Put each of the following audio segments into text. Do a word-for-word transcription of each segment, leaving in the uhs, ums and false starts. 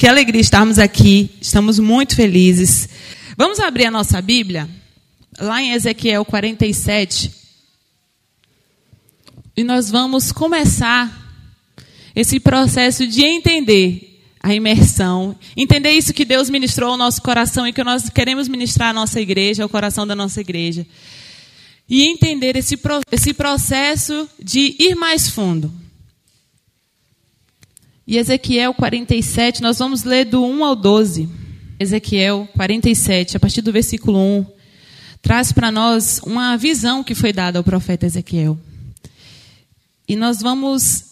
Que alegria estarmos aqui. Estamos muito felizes. Vamos abrir a nossa Bíblia, lá em Ezequiel quarenta e sete. E nós vamos começar esse processo de entender a imersão. Entender isso que Deus ministrou ao nosso coração e que nós queremos ministrar à nossa igreja, ao coração da nossa igreja. E entender esse, esse processo de ir mais fundo. E Ezequiel quarenta e sete, nós vamos ler do um ao doze. Ezequiel quarenta e sete, a partir do versículo um, traz para nós uma visão que foi dada ao profeta Ezequiel. E nós vamos,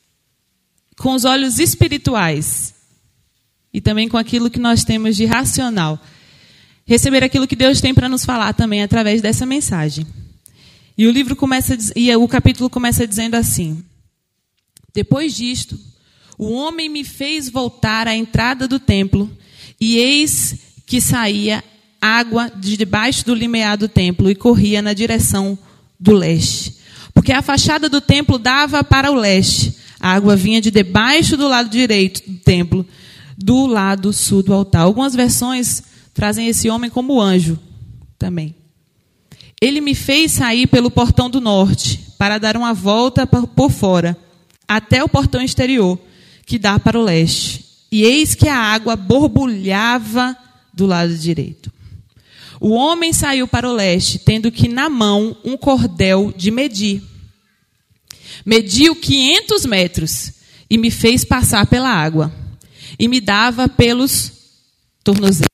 com os olhos espirituais, e também com aquilo que nós temos de racional, receber aquilo que Deus tem para nos falar também através dessa mensagem. E o livro começa, e o capítulo começa dizendo assim: depois disto, o homem me fez voltar à entrada do templo, e eis que saía água de debaixo do limiar do templo e corria na direção do leste. Porque a fachada do templo dava para o leste. A água vinha de debaixo do lado direito do templo, do lado sul do altar. Algumas versões trazem esse homem como anjo também. Ele me fez sair pelo portão do norte, para dar uma volta por fora, até o portão exterior, que dá para o leste. E eis que a água borbulhava do lado direito. O homem saiu para o leste, tendo que na mão um cordel de medir. Mediu quinhentos metros e me fez passar pela água. E me dava pelos tornozelos.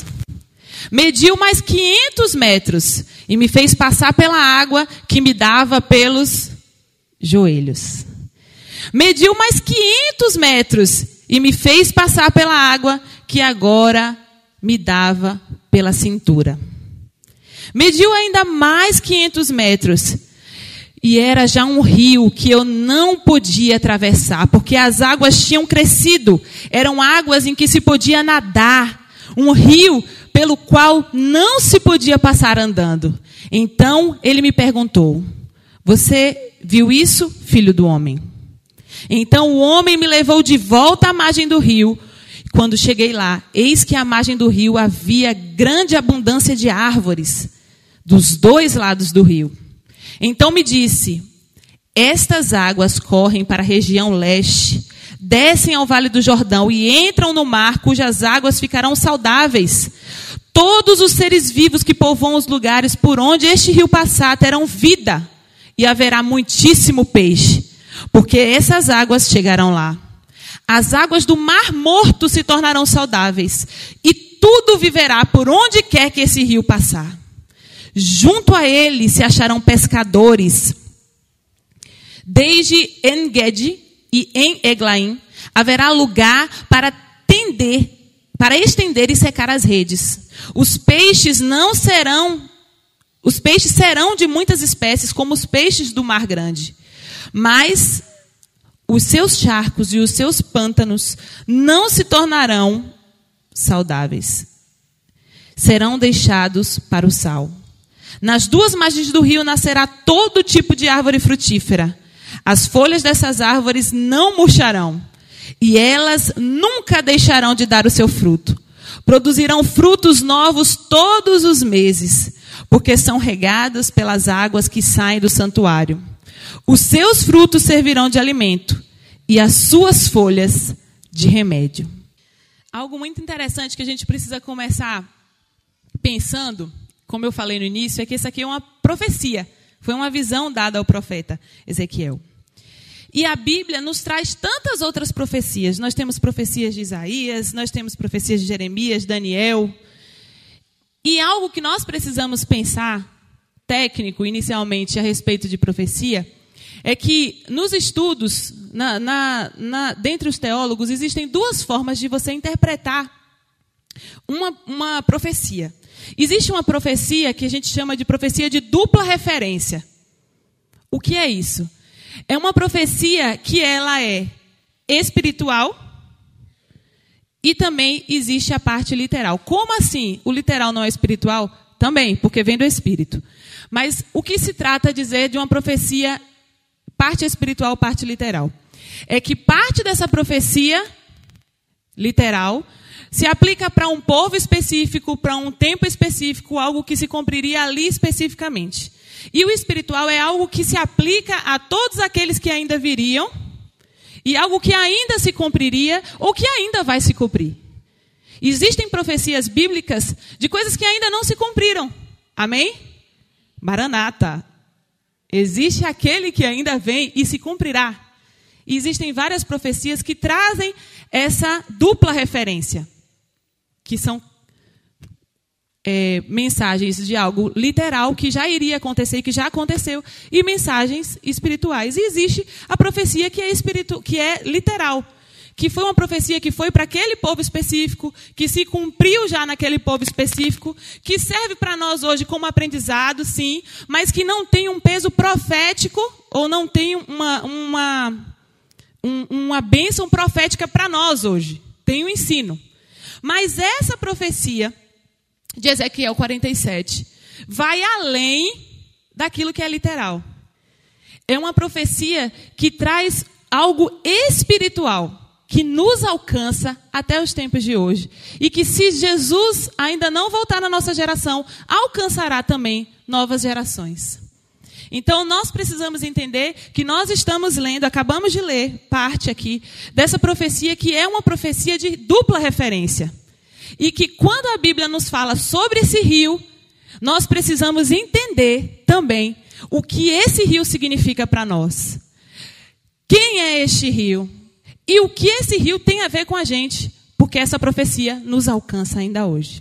Mediu mais quinhentos metros e me fez passar pela água que me dava pelos joelhos. Mediu mais quinhentos metros e me fez passar pela água que agora me dava pela cintura. Mediu ainda mais quinhentos metros e era já um rio que eu não podia atravessar, porque as águas tinham crescido. Eram águas em que se podia nadar. Um rio pelo qual não se podia passar andando. Então ele me perguntou: você viu isso, filho do homem? Então o homem me levou de volta à margem do rio. Quando cheguei lá, eis que à margem do rio havia grande abundância de árvores, dos dois lados do rio. Então me disse: estas águas correm para a região leste, descem ao vale do Jordão e entram no mar, cujas águas ficarão saudáveis. Todos os seres vivos que povoam os lugares por onde este rio passar terão vida, e haverá muitíssimo peixe, porque essas águas chegarão lá. As águas do mar morto se tornarão saudáveis, e tudo viverá por onde quer que esse rio passar. Junto a ele se acharão pescadores. Desde En-Gedi e em Eglaim haverá lugar para tender, para estender e secar as redes. Os peixes não serão, os peixes serão de muitas espécies, como os peixes do mar grande. Mas os seus charcos e os seus pântanos não se tornarão saudáveis. Serão deixados para o sal. Nas duas margens do rio nascerá todo tipo de árvore frutífera. As folhas dessas árvores não murcharão, e elas nunca deixarão de dar o seu fruto. Produzirão frutos novos todos os meses, porque são regadas pelas águas que saem do santuário. Os seus frutos servirão de alimento, e as suas folhas de remédio. Algo muito interessante que a gente precisa começar pensando, como eu falei no início, é que isso aqui é uma profecia. Foi uma visão dada ao profeta Ezequiel. E a Bíblia nos traz tantas outras profecias. Nós temos profecias de Isaías, nós temos profecias de Jeremias, Daniel. E algo que nós precisamos pensar, técnico, inicialmente, a respeito de profecia, é que nos estudos, na, na, na, dentre os teólogos, existem duas formas de você interpretar uma, uma profecia. Existe uma profecia que a gente chama de profecia de dupla referência. O que é isso? É uma profecia que ela é espiritual e também existe a parte literal. Como assim o literal não é espiritual? Também, porque vem do Espírito. Mas o que se trata de dizer de uma profecia, parte espiritual, parte literal? É que parte dessa profecia literal, se aplica para um povo específico, para um tempo específico, algo que se cumpriria ali especificamente. E o espiritual é algo que se aplica a todos aqueles que ainda viriam, e algo que ainda se cumpriria, ou que ainda vai se cumprir. Existem profecias bíblicas de coisas que ainda não se cumpriram. Amém? Maranata. Existe aquele que ainda vem e se cumprirá. E existem várias profecias que trazem essa dupla referência, que são é, mensagens de algo literal que já iria acontecer, que já aconteceu, e mensagens espirituais. E existe a profecia que é, espiritu, que é literal, que foi uma profecia que foi para aquele povo específico, que se cumpriu já naquele povo específico, que serve para nós hoje como aprendizado, sim, mas que não tem um peso profético, ou não tem uma, uma, um, uma bênção profética para nós hoje. Tem um ensino. Mas essa profecia de Ezequiel quarenta e sete vai além daquilo que é literal. É uma profecia que traz algo espiritual, que nos alcança até os tempos de hoje. E que, se Jesus ainda não voltar na nossa geração, alcançará também novas gerações. Então, nós precisamos entender que nós estamos lendo, acabamos de ler parte aqui, dessa profecia que é uma profecia de dupla referência. E que, quando a Bíblia nos fala sobre esse rio, nós precisamos entender também o que esse rio significa para nós. Quem é este rio? E o que esse rio tem a ver com a gente? Porque essa profecia nos alcança ainda hoje.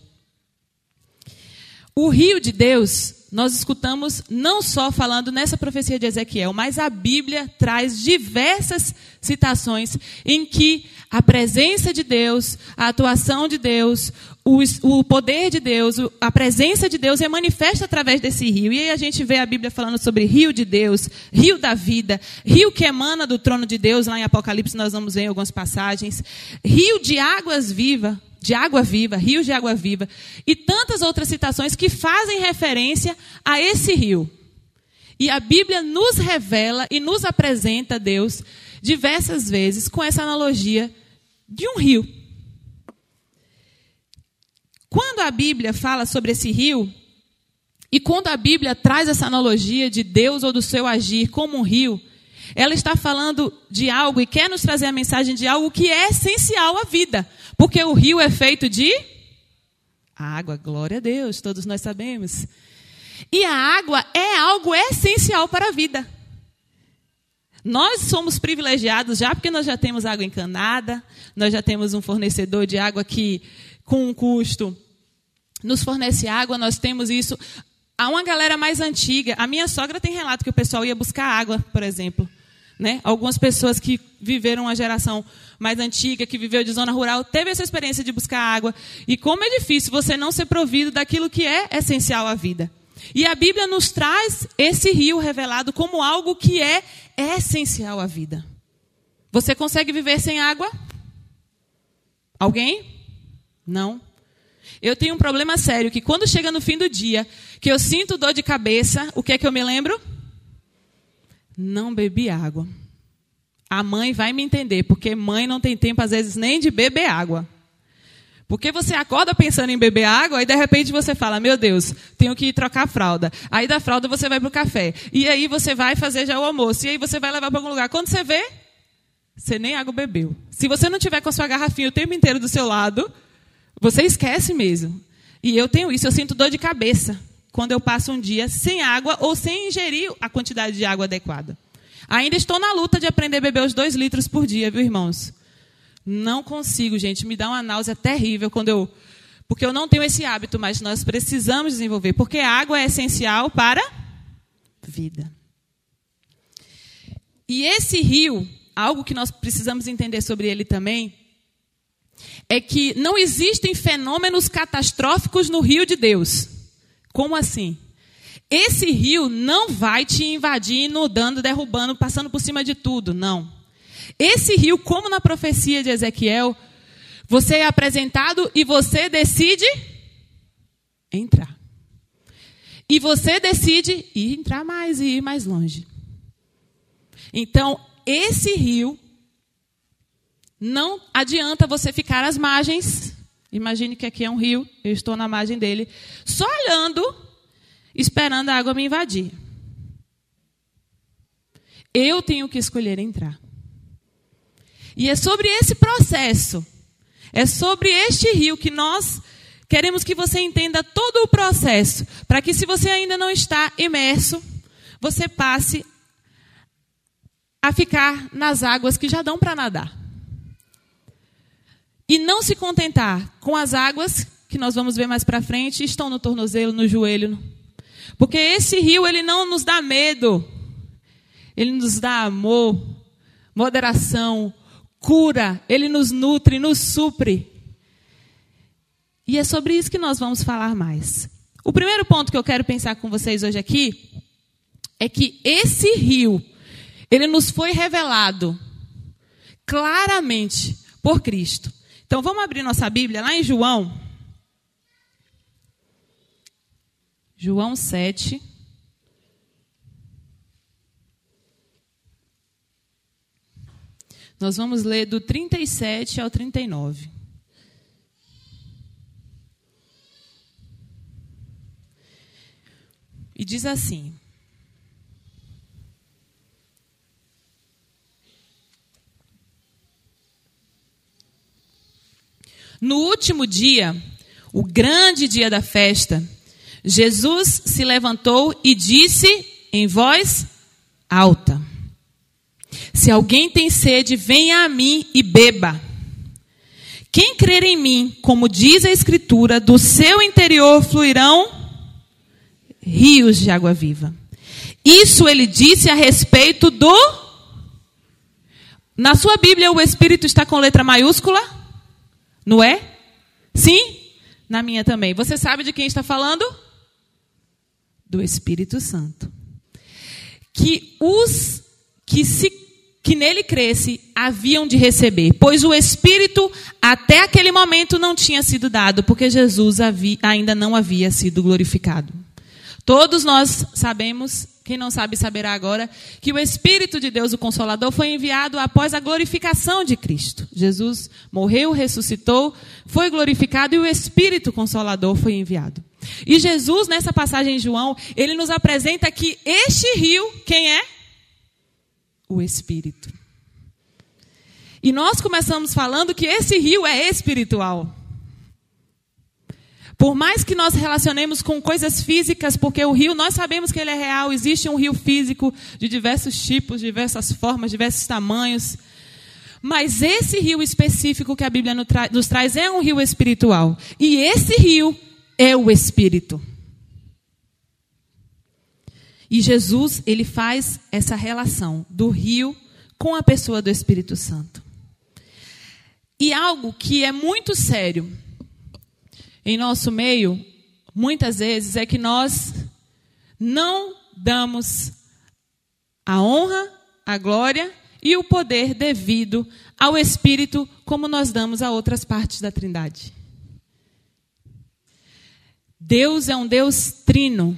O rio de Deus, nós escutamos não só falando nessa profecia de Ezequiel, mas a Bíblia traz diversas citações em que a presença de Deus, a atuação de Deus, o, o poder de Deus, a presença de Deus é manifesta através desse rio. E aí a gente vê a Bíblia falando sobre rio de Deus, rio da vida, rio que emana do trono de Deus, lá em Apocalipse nós vamos ver em algumas passagens, rio de águas vivas, de água viva, rios de água viva, e tantas outras citações que fazem referência a esse rio. E a Bíblia nos revela e nos apresenta Deus diversas vezes com essa analogia de um rio. Quando a Bíblia fala sobre esse rio, e quando a Bíblia traz essa analogia de Deus ou do seu agir como um rio, ela está falando de algo e quer nos trazer a mensagem de algo que é essencial à vida. Porque o rio é feito de água, glória a Deus, todos nós sabemos. E a água é algo essencial para a vida. Nós somos privilegiados já porque nós já temos água encanada, nós já temos um fornecedor de água que, com um custo, nos fornece água, nós temos isso. Há uma galera mais antiga, a minha sogra tem relato que o pessoal ia buscar água, por exemplo. Né? Algumas pessoas que viveram uma geração mais antiga, que viveu de zona rural, teve essa experiência de buscar água. E como é difícil você não ser provido daquilo que é essencial à vida. E a Bíblia nos traz esse rio revelado como algo que é essencial à vida. Você consegue viver sem água? Alguém? Não. Eu tenho um problema sério, que quando chega no fim do dia, que eu sinto dor de cabeça, o que é que eu me lembro? Não bebi água. A mãe vai me entender, porque mãe não tem tempo, às vezes, nem de beber água. Porque você acorda pensando em beber água, e de repente você fala, meu Deus, tenho que ir trocar a fralda. Aí da fralda você vai para o café. E aí você vai fazer já o almoço. E aí você vai levar para algum lugar. Quando você vê, você nem água bebeu. Se você não tiver com a sua garrafinha o tempo inteiro do seu lado, você esquece mesmo. E eu tenho isso, eu sinto dor de cabeça quando eu passo um dia sem água ou sem ingerir a quantidade de água adequada. Ainda estou na luta de aprender a beber os dois litros por dia, viu, irmãos? Não consigo, gente. Me dá uma náusea terrível quando eu... Porque eu não tenho esse hábito, mas nós precisamos desenvolver. Porque a água é essencial para a vida. E esse rio, algo que nós precisamos entender sobre ele também, é que não existem fenômenos catastróficos no rio de Deus. Como assim? Esse rio não vai te invadir, inundando, derrubando, passando por cima de tudo, não. Esse rio, como na profecia de Ezequiel, você é apresentado e você decide entrar. E você decide ir entrar mais e ir mais longe. Então, esse rio Não adianta você ficar às margens. Imagine que aqui é um rio, eu estou na margem dele, só olhando, esperando a água me invadir. Eu tenho que escolher entrar. E é sobre esse processo, é sobre este rio que nós queremos que você entenda todo o processo, para que, se você ainda não está imerso, você passe a ficar nas águas que já dão para nadar. E não se contentar com as águas, que nós vamos ver mais para frente, estão no tornozelo, no joelho. Porque esse rio, ele não nos dá medo. Ele nos dá amor, moderação, cura. Ele nos nutre, nos supre. E é sobre isso que nós vamos falar mais. O primeiro ponto que eu quero pensar com vocês hoje aqui é que esse rio, ele nos foi revelado claramente por Cristo. Então, vamos abrir nossa Bíblia lá em João. João sete. Nós vamos ler do trinta e sete ao trinta e nove. E diz assim: no último dia, o grande dia da festa, Jesus se levantou e disse em voz alta: se alguém tem sede, venha a mim e beba. Quem crer em mim, como diz a Escritura, do seu interior fluirão rios de água viva. Isso ele disse a respeito do... Na sua Bíblia, o Espírito está com letra maiúscula? Não é? Sim? Na minha também. Você sabe de quem está falando? Do Espírito Santo. Que os que, se, que nele cresce haviam de receber. Pois o Espírito até aquele momento não tinha sido dado, porque Jesus havia, ainda não havia sido glorificado. Todos nós sabemos, quem não sabe saberá agora, que o Espírito de Deus, o Consolador, foi enviado após a glorificação de Cristo. Jesus morreu, ressuscitou, foi glorificado e o Espírito Consolador foi enviado. E Jesus, nessa passagem em João, ele nos apresenta que este rio, quem é? O Espírito. E nós começamos falando que esse rio é espiritual. Por mais que nós relacionemos com coisas físicas, porque o rio, nós sabemos que ele é real, existe um rio físico de diversos tipos, diversas formas, diversos tamanhos. Mas esse rio específico que a Bíblia nos traz é um rio espiritual. E esse rio é o Espírito. E Jesus, ele faz essa relação do rio com a pessoa do Espírito Santo. E algo que é muito sério em nosso meio, muitas vezes, é que nós não damos a honra, a glória e o poder devido ao Espírito, como nós damos a outras partes da Trindade. Deus é um Deus trino.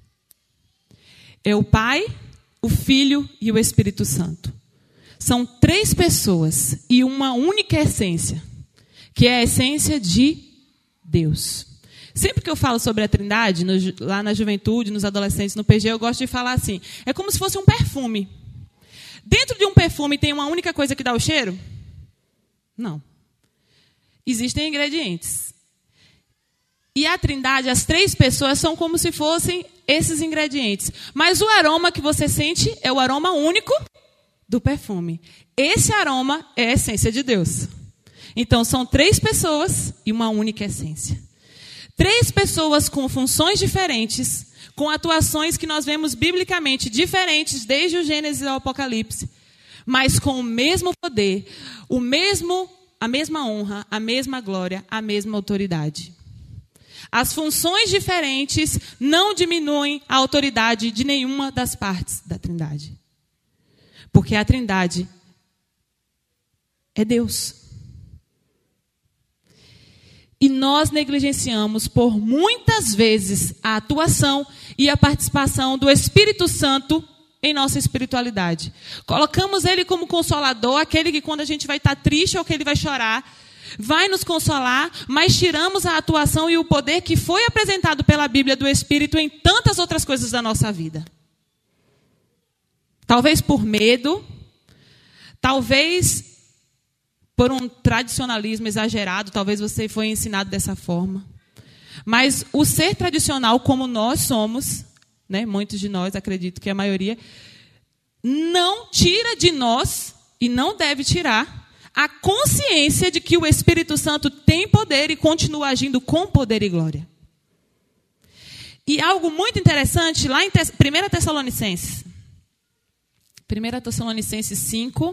É o Pai, o Filho e o Espírito Santo. São três pessoas e uma única essência, que é a essência de Deus. Sempre que eu falo sobre a Trindade, no, lá na juventude, nos adolescentes, no P G, eu gosto de falar assim: é como se fosse um perfume. Dentro de um perfume tem uma única coisa que dá o cheiro? Não. Existem ingredientes. E a Trindade, as três pessoas, são como se fossem esses ingredientes. Mas o aroma que você sente é o aroma único do perfume. Esse aroma é a essência de Deus. Então, são três pessoas e uma única essência. Três pessoas com funções diferentes, com atuações que nós vemos biblicamente diferentes, desde o Gênesis ao Apocalipse, mas com o mesmo poder, o mesmo, a mesma honra, a mesma glória, a mesma autoridade. As funções diferentes não diminuem a autoridade de nenhuma das partes da Trindade. Porque a Trindade é Deus. E nós negligenciamos por muitas vezes a atuação e a participação do Espírito Santo em nossa espiritualidade. Colocamos Ele como consolador, aquele que quando a gente vai estar triste ou que Ele vai chorar, vai nos consolar, mas tiramos a atuação e o poder que foi apresentado pela Bíblia do Espírito em tantas outras coisas da nossa vida. Talvez por medo, talvez por um tradicionalismo exagerado, talvez você foi ensinado dessa forma. Mas o ser tradicional, como nós somos, né, muitos de nós, acredito que a maioria, não tira de nós, e não deve tirar, a consciência de que o Espírito Santo tem poder e continua agindo com poder e glória. E algo muito interessante, lá em primeira Tessalonicenses, primeira Tessalonicenses cinco,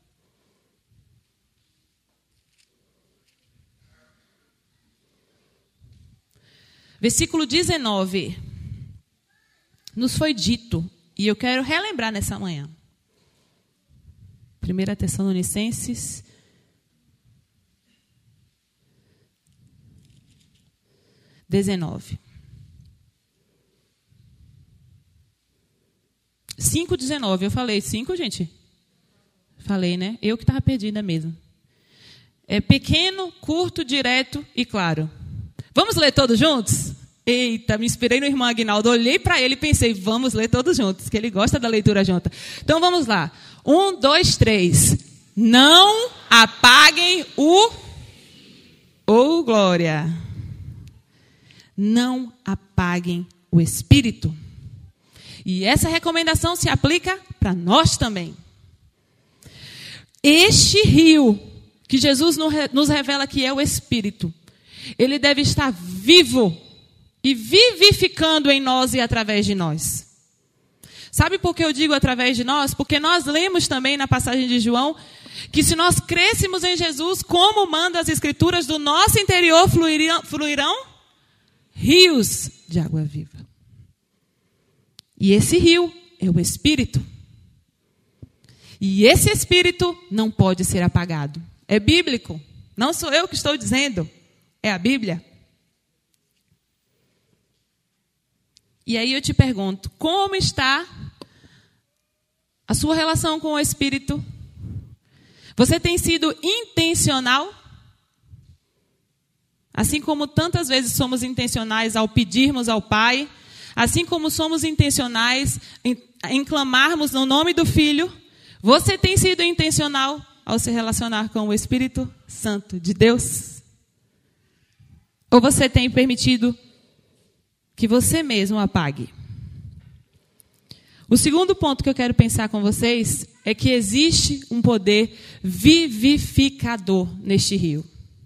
versículo dezenove, nos foi dito, e eu quero relembrar nessa manhã. primeira Tessalonicenses dezenove. cinco, dezenove. Eu falei cinco, gente? Falei, né? Eu que estava perdida mesmo. É pequeno, curto, direto e claro. Vamos ler todos juntos? Eita, me inspirei no irmão Aguinaldo. Olhei para ele e pensei, vamos ler todos juntos, que ele gosta da leitura junta. Então vamos lá. Um, dois, três. Não apaguem o... Oh, glória. Não apaguem o Espírito. E essa recomendação se aplica para nós também. Este rio que Jesus nos revela que é o Espírito, ele deve estar vivo e vivificando em nós e através de nós. Sabe por que eu digo através de nós? Porque nós lemos também na passagem de João que se nós crêssemos em Jesus, como manda as Escrituras, do nosso interior fluirão, fluirão rios de água viva. E esse rio é o Espírito. E esse Espírito não pode ser apagado. É bíblico. Não sou eu que estou dizendo. É a Bíblia. E aí eu te pergunto, como está a sua relação com o Espírito? Você tem sido intencional? Assim como tantas vezes somos intencionais ao pedirmos ao Pai, assim como somos intencionais em, em clamarmos no nome do Filho, você tem sido intencional ao se relacionar com o Espírito Santo de Deus? Ou você tem permitido que você mesmo apague? O segundo ponto que eu quero pensar com vocês é que existe um poder vivificador neste rio.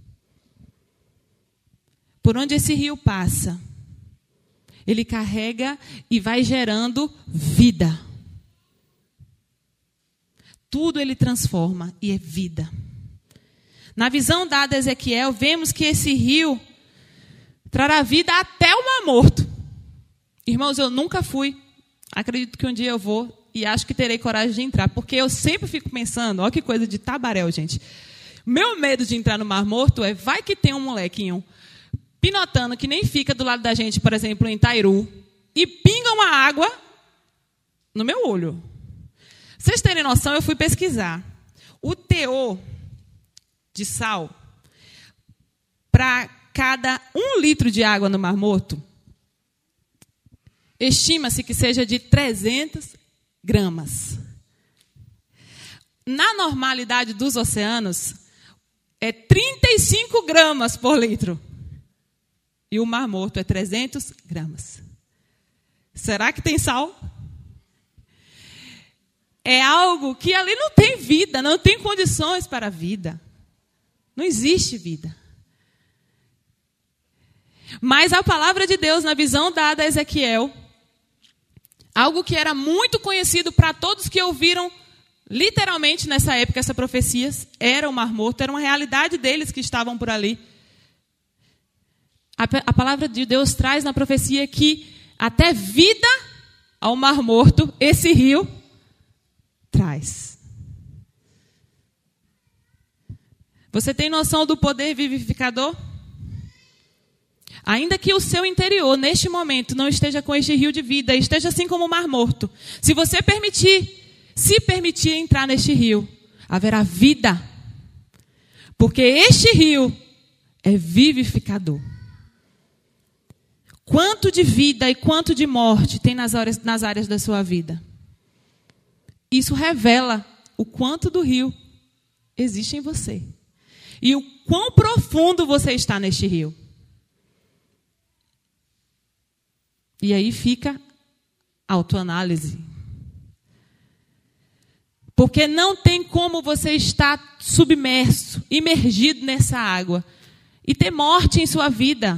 Por onde esse rio passa, ele carrega e vai gerando vida. Tudo ele transforma e é vida. Na visão dada a Ezequiel, vemos que esse rio trará vida até o Mar Morto. Irmãos, eu nunca fui. Acredito que um dia eu vou e acho que terei coragem de entrar. Porque eu sempre fico pensando, olha que coisa de tabaréu, gente. Meu medo de entrar no Mar Morto é, vai que tem um molequinho pinotando que nem fica do lado da gente, por exemplo, em Tairu, e pinga uma água no meu olho. Vocês terem noção, eu fui pesquisar. O teor de sal para cada um litro de água no Mar Morto, estima-se que seja de trezentas gramas. Na normalidade dos oceanos, é trinta e cinco gramas por litro. E o Mar Morto é trezentas gramas. Será que tem sal? É algo que ali não tem vida, não tem condições para a vida. Não existe vida. Mas a palavra de Deus, na visão dada a Ezequiel, algo que era muito conhecido para todos que ouviram literalmente nessa época essa profecia, era o Mar Morto, era uma realidade deles que estavam por ali. A, a palavra de Deus traz na profecia que até vida ao Mar Morto, esse rio traz. Você tem noção do poder vivificador? Ainda que o seu interior, neste momento, não esteja com este rio de vida, esteja assim como o mar morto, se você permitir, se permitir entrar neste rio, haverá vida. Porque este rio é vivificador. Quanto de vida e quanto de morte tem nas áreas, nas áreas da sua vida? Isso revela o quanto do rio existe em você. E o quão profundo você está neste rio. E aí fica a autoanálise. Porque não tem como você estar submerso, imergido nessa água e ter morte em sua vida.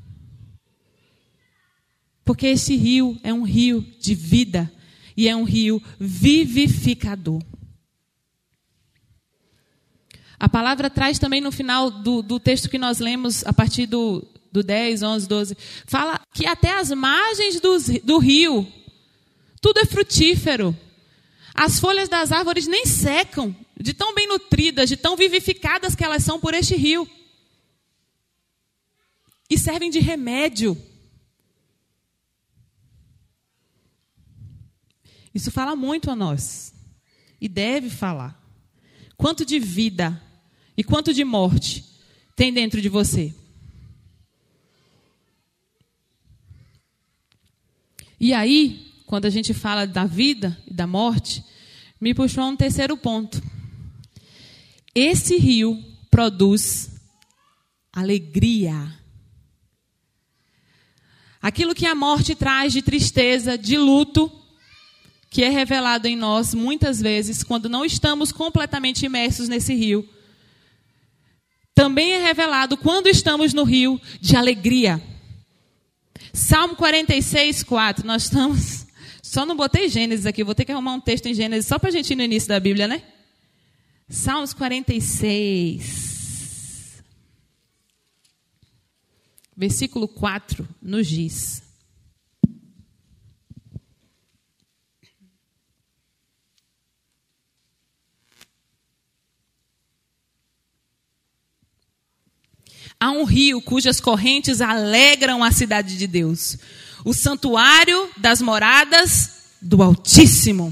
Porque esse rio é um rio de vida e é um rio vivificador. A palavra traz também no final do, do texto que nós lemos, a partir do, do dez, onze, doze, fala que até as margens do, do rio, tudo é frutífero. As folhas das árvores nem secam, de tão bem nutridas, de tão vivificadas que elas são por este rio. E servem de remédio. Isso fala muito a nós. E deve falar. Quanto de vida e quanto de morte tem dentro de você? E aí, quando a gente fala da vida e da morte, me puxou a um terceiro ponto. Esse rio produz alegria. Aquilo que a morte traz de tristeza, de luto, que é revelado em nós muitas vezes, quando não estamos completamente imersos nesse rio, também é revelado quando estamos no rio de alegria. Salmo quarenta e seis, quatro. Nós estamos... Só não botei Gênesis aqui, vou ter que arrumar um texto em Gênesis só para a gente ir no início da Bíblia, né? Salmos quarenta e seis, versículo quatro, nos diz: há um rio cujas correntes alegram a cidade de Deus, o santuário das moradas do Altíssimo.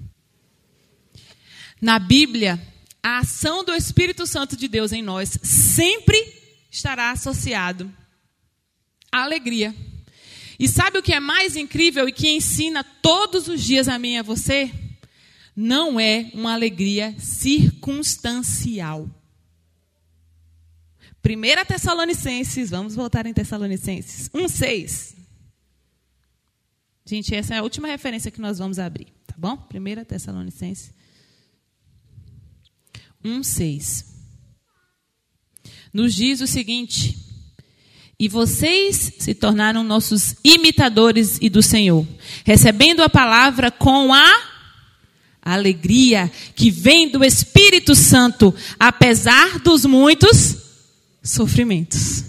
Na Bíblia, a ação do Espírito Santo de Deus em nós sempre estará associado à alegria. E sabe o que é mais incrível e que ensina todos os dias a mim e a você? Não é uma alegria circunstancial. Primeira Tessalonicenses, vamos voltar em Tessalonicenses, um, seis. Gente, essa é a última referência que nós vamos abrir, tá bom? Primeira Tessalonicenses um, seis. Nos diz o seguinte: e vocês se tornaram nossos imitadores e do Senhor, recebendo a palavra com a alegria que vem do Espírito Santo, apesar dos muitos sofrimentos.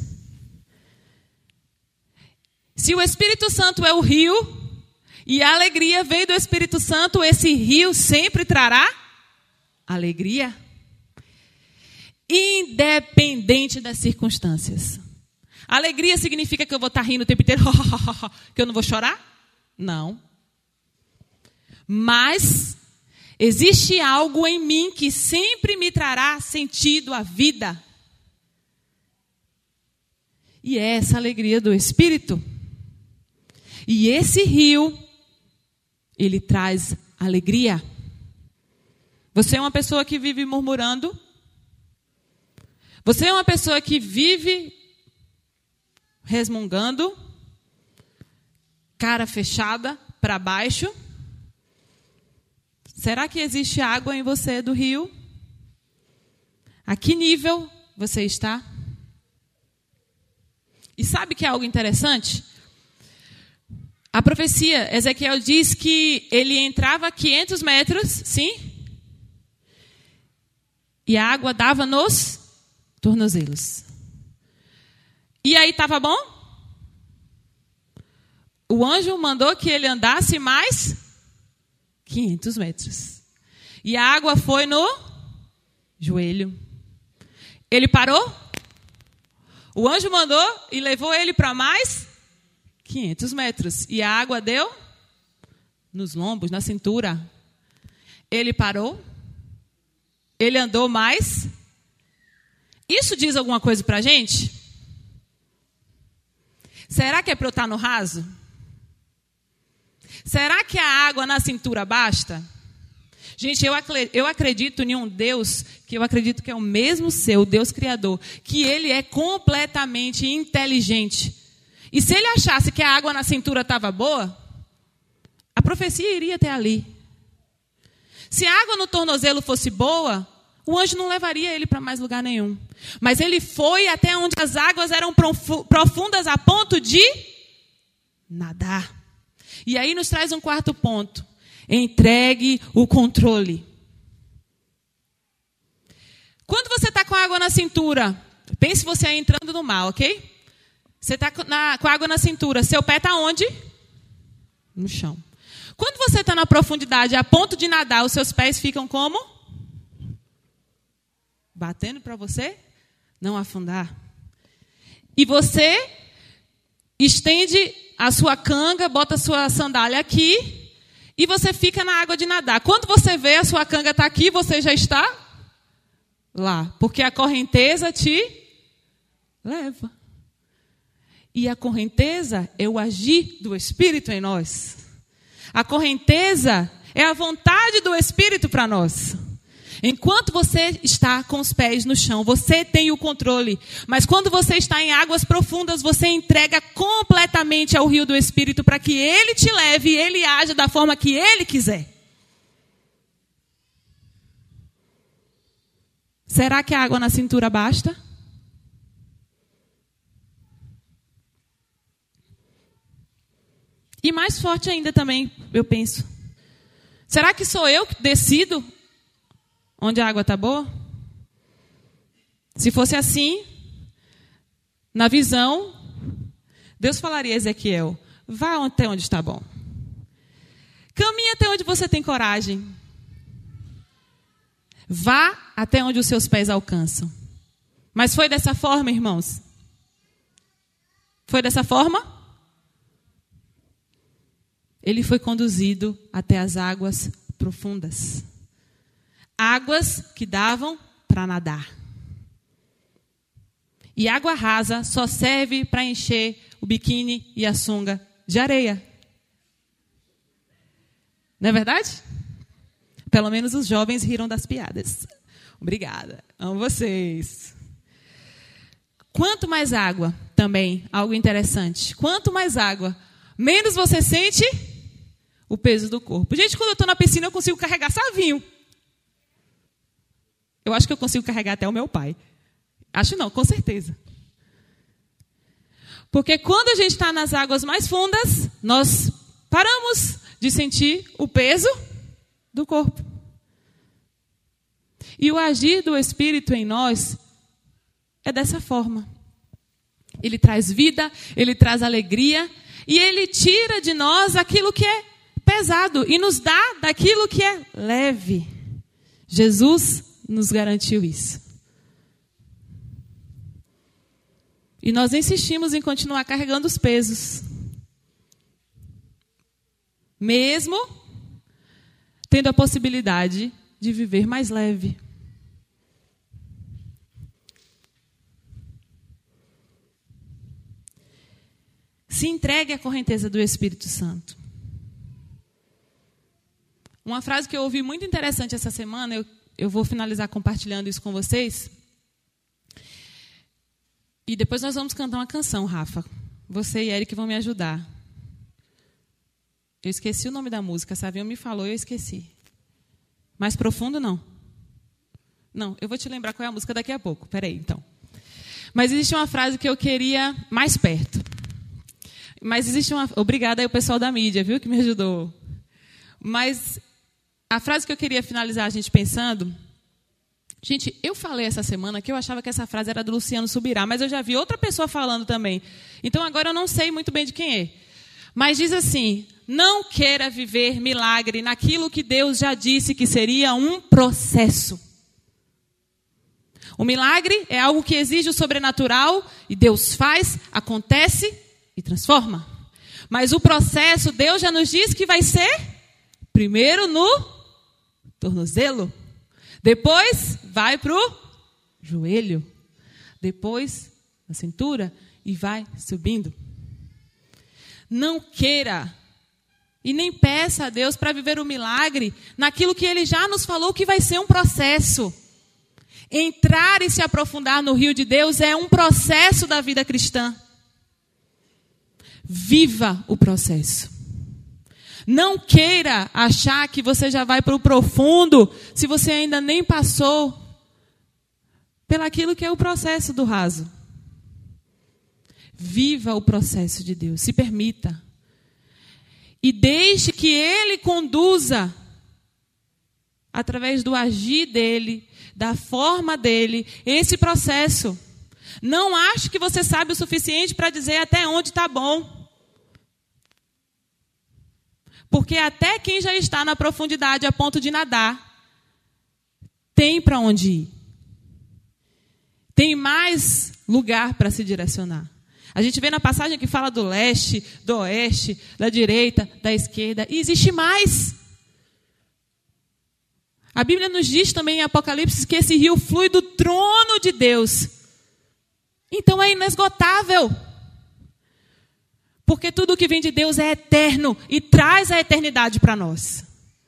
Se o Espírito Santo é o rio, e a alegria veio do Espírito Santo, esse rio sempre trará alegria. Independente das circunstâncias. Alegria significa que eu vou estar rindo o tempo inteiro, que eu não vou chorar? Não. Mas existe algo em mim que sempre me trará sentido à vida. E é essa alegria do Espírito. E esse rio, ele traz alegria. Você é uma pessoa que vive murmurando? Você é uma pessoa que vive resmungando, cara fechada para baixo? Será que existe água em você do rio? A que nível você está? E sabe que é algo interessante? A profecia, Ezequiel diz que ele entrava a quinhentos metros, sim? E a água dava nos tornozelos. E aí estava bom? O anjo mandou que ele andasse mais quinhentos metros. E a água foi no joelho. Ele parou? O anjo mandou e levou ele para mais quinhentos metros. E a água deu nos lombos, na cintura. Ele parou. Ele andou mais. Isso diz alguma coisa para a gente? Será que é para eu estar no raso? Será que a água na cintura basta? Gente, eu acredito em um Deus que eu acredito que é o mesmo seu, o Deus Criador, que Ele é completamente inteligente. E se Ele achasse que a água na cintura estava boa, a profecia iria até ali. Se a água no tornozelo fosse boa, o anjo não levaria ele para mais lugar nenhum. Mas ele foi até onde as águas eram profundas a ponto de nadar. E aí nos traz um quarto ponto. Entregue o controle. Quando você está com a água na cintura, pense você aí entrando no mar, ok? Você está com a água na cintura, seu pé está onde? No chão. Quando você está na profundidade, a ponto de nadar, os seus pés ficam como? Batendo para você não afundar. E você estende a sua canga, bota a sua sandália aqui e você fica na água de nadar. Quando você vê a sua canga está aqui, você já está lá. Porque a correnteza te leva. E a correnteza é o agir do Espírito em nós. A correnteza é a vontade do Espírito para nós. Enquanto você está com os pés no chão, você tem o controle. Mas quando você está em águas profundas, você entrega completamente ao rio do Espírito para que ele te leve e ele haja da forma que ele quiser. Será que a água na cintura basta? E mais forte ainda também, eu penso. Será que sou eu que decido onde a água está boa? Se fosse assim, na visão, Deus falaria a Ezequiel, vá até onde está bom. Caminhe até onde você tem coragem. Vá até onde os seus pés alcançam. Mas foi dessa forma, irmãos? Foi dessa forma? Ele foi conduzido até as águas profundas. Águas que davam para nadar. E água rasa só serve para encher o biquíni e a sunga de areia. Não é verdade? Pelo menos os jovens riram das piadas. Obrigada. Amo vocês. Quanto mais água, também, algo interessante. Quanto mais água, menos você sente o peso do corpo. Gente, quando eu estou na piscina, eu consigo carregar savinho. Eu acho que eu consigo carregar até o meu pai. Acho não, com certeza. Porque quando a gente está nas águas mais fundas, nós paramos de sentir o peso do corpo. E o agir do Espírito em nós é dessa forma. Ele traz vida, ele traz alegria e ele tira de nós aquilo que é pesado e nos dá daquilo que é leve. Jesus nos garantiu isso. E nós insistimos em continuar carregando os pesos. Mesmo tendo a possibilidade de viver mais leve. Se entregue à correnteza do Espírito Santo. Uma frase que eu ouvi muito interessante essa semana, eu, eu vou finalizar compartilhando isso com vocês. E depois nós vamos cantar uma canção, Rafa. Você e Eric vão me ajudar. Eu esqueci o nome da música, Savinho me falou e eu esqueci. Mais profundo, não? Não, eu vou te lembrar qual é a música daqui a pouco. Espera aí, então. Mas existe uma frase que eu queria mais perto. Mas existe uma... Obrigada aí ao pessoal da mídia, viu, que me ajudou. Mas a frase que eu queria finalizar a gente pensando... Gente, eu falei essa semana que eu achava que essa frase era do Luciano Subirá, mas eu já vi outra pessoa falando também. Então agora eu não sei muito bem de quem é. Mas diz assim, não queira viver milagre naquilo que Deus já disse que seria um processo. O milagre é algo que exige o sobrenatural e Deus faz, acontece e transforma. Mas o processo, Deus já nos diz que vai ser primeiro no tornozelo, depois vai para o joelho, depois na cintura e vai subindo. Não queira e nem peça a Deus para viver o milagre naquilo que Ele já nos falou que vai ser um processo. Entrar e se aprofundar no rio de Deus é um processo da vida cristã. Viva o processo. Não queira achar que você já vai para o profundo se você ainda nem passou pelaquilo que é o processo do raso. Viva o processo de Deus. Se permita. E deixe que Ele conduza através do agir dEle, da forma dEle, esse processo. Não ache que você sabe o suficiente para dizer até onde está bom. Porque até quem já está na profundidade a ponto de nadar, tem para onde ir. Tem mais lugar para se direcionar. A gente vê na passagem que fala do leste, do oeste, da direita, da esquerda. E existe mais. A Bíblia nos diz também em Apocalipse que esse rio flui do trono de Deus. Então é inesgotável. Porque tudo que vem de Deus é eterno e traz a eternidade para nós.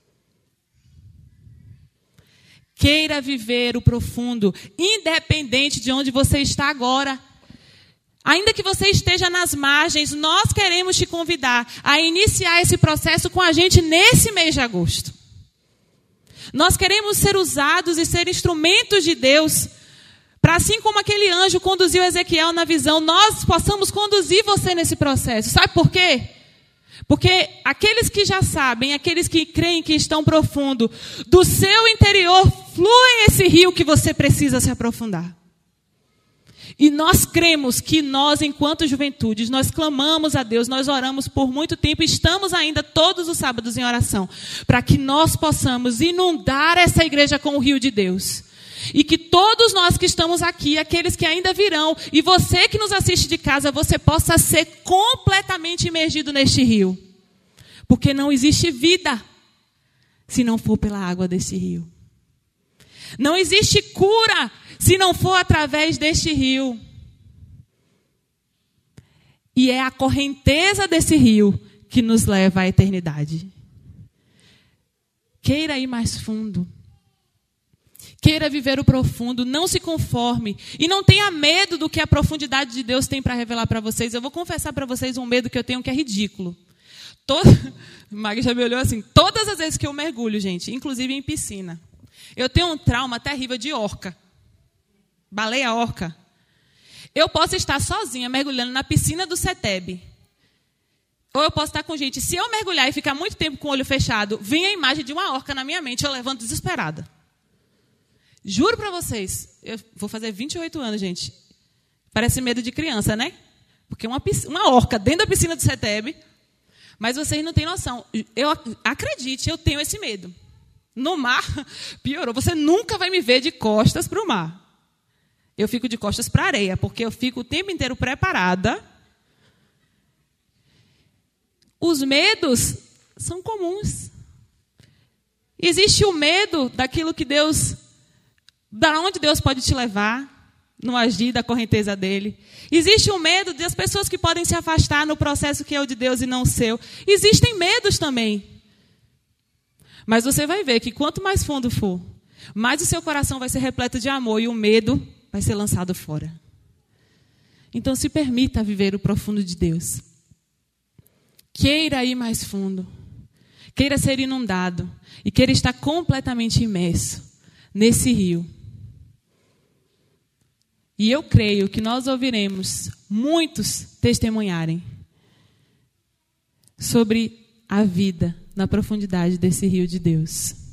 Queira viver o profundo, independente de onde você está agora. Ainda que você esteja nas margens, nós queremos te convidar a iniciar esse processo com a gente nesse mês de agosto. Nós queremos ser usados e ser instrumentos de Deus, para assim como aquele anjo conduziu Ezequiel na visão, nós possamos conduzir você nesse processo. Sabe por quê? Porque aqueles que já sabem, aqueles que creem que estão profundo, do seu interior flui esse rio que você precisa se aprofundar. E nós cremos que nós, enquanto juventudes, nós clamamos a Deus, nós oramos por muito tempo, estamos ainda todos os sábados em oração, para que nós possamos inundar essa igreja com o rio de Deus. E que todos nós que estamos aqui, aqueles que ainda virão, e você que nos assiste de casa, você possa ser completamente imergido neste rio. Porque não existe vida se não for pela água desse rio. Não existe cura se não for através deste rio. E é a correnteza desse rio que nos leva à eternidade. Queira ir mais fundo. Queira viver o profundo, não se conforme. E não tenha medo do que a profundidade de Deus tem para revelar para vocês. Eu vou confessar para vocês um medo que eu tenho que é ridículo. Todo... Maggie já me olhou assim. Todas as vezes que eu mergulho, gente, inclusive em piscina, eu tenho um trauma terrível de orca. Baleia orca. Eu posso estar sozinha mergulhando na piscina do CETEB. Ou eu posso estar com gente. Se eu mergulhar e ficar muito tempo com o olho fechado, vem a imagem de uma orca na minha mente, eu levanto desesperada. Juro para vocês, eu vou fazer vinte e oito anos, gente. Parece medo de criança, né? Porque uma, uma orca dentro da piscina do CETEB. Mas vocês não têm noção. Eu, acredite, eu tenho esse medo. No mar, piorou. Você nunca vai me ver de costas para o mar. Eu fico de costas para a areia, porque eu fico o tempo inteiro preparada. Os medos são comuns. Existe o medo daquilo que Deus... Da onde Deus pode te levar, no agir da correnteza dele. Existe o medo das pessoas que podem se afastar no processo que é o de Deus e não o seu. Existem medos também. Mas você vai ver que quanto mais fundo for, mais o seu coração vai ser repleto de amor e o medo vai ser lançado fora. Então se permita viver o profundo de Deus. Queira ir mais fundo. Queira ser inundado. E queira estar completamente imerso nesse rio. E eu creio que nós ouviremos muitos testemunharem sobre a vida na profundidade desse rio de Deus.